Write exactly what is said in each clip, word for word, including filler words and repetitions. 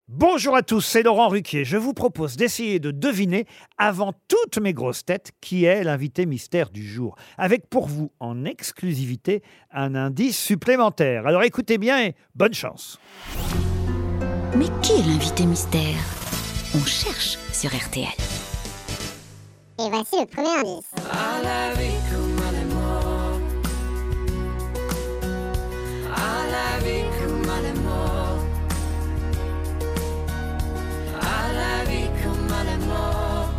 Bonjour à tous, c'est Laurent Ruquier. Je vous propose d'essayer de deviner, avant toutes mes grosses têtes, qui est l'invité mystère du jour. Avec pour vous, en exclusivité, un indice supplémentaire. Alors écoutez bien et bonne chance. Mais qui est l'invité mystère? On cherche sur R T L. Et voici le premier indice. À la vie comme à la mort. À la vie comme à la mort. À la vie comme à la mort.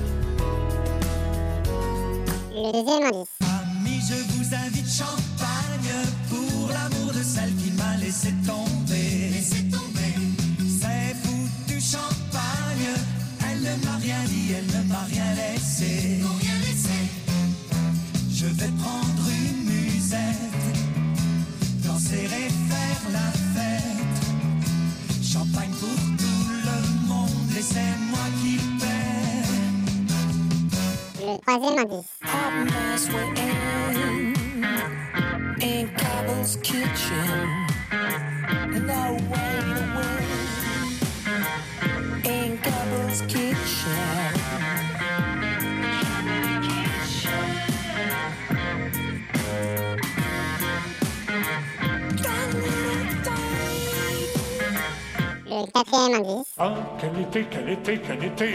Le deuxième indice. Amis, je vous invite champagne pour l'amour de celle qui m'a laissé tomber. Laissé tomber. C'est foutu champagne. Elle ne m'a rien dit, elle ne m'a rien laissé. Rien laissé. Je vais prendre une musette, danser et faire la fête. Champagne pour tout le monde et c'est moi qui paie. Le troisième indice. Hot mess we're in, in Cabell's kitchen. And I wait away in Cabell's kitchen. Le quatrième indice. Ah, quel été, quel été, quel été.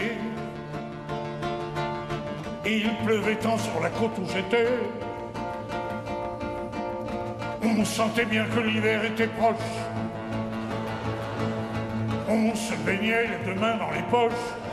Il pleuvait tant sur la côte où j'étais. On sentait bien que l'hiver était proche. On se baignait les deux mains dans les poches.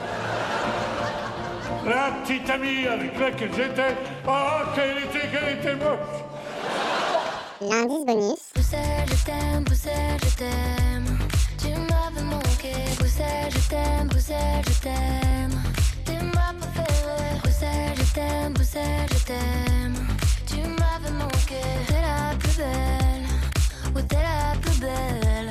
La petite amie avec laquelle j'étais. Ah, quel été, quel été moche. L'indice bonus. Bruxelles, je t'aime, Bruxelles, je t'aime. Tu m'avais manqué. Bruxelles, je t'aime, Bruxelles, je t'aime. T'es ma préférée. Bruxelles, je t'aime, Bruxelles, je t'aime. Tu m'avais manqué. T'es la plus belle. Oui, t'es la plus belle.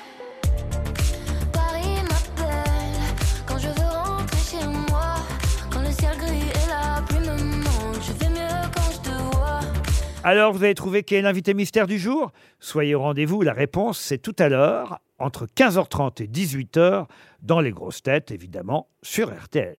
Paris m'appelle quand je veux rentrer chez moi. Quand le ciel gris et la pluie me manquent. Je fais mieux quand je te vois. Alors, vous avez trouvé qui est l'invité mystère du jour? Soyez au rendez-vous, la réponse c'est tout à l'heure, entre quinze heures trente et dix-huit heures, dans les grosses têtes, évidemment, sur R T L.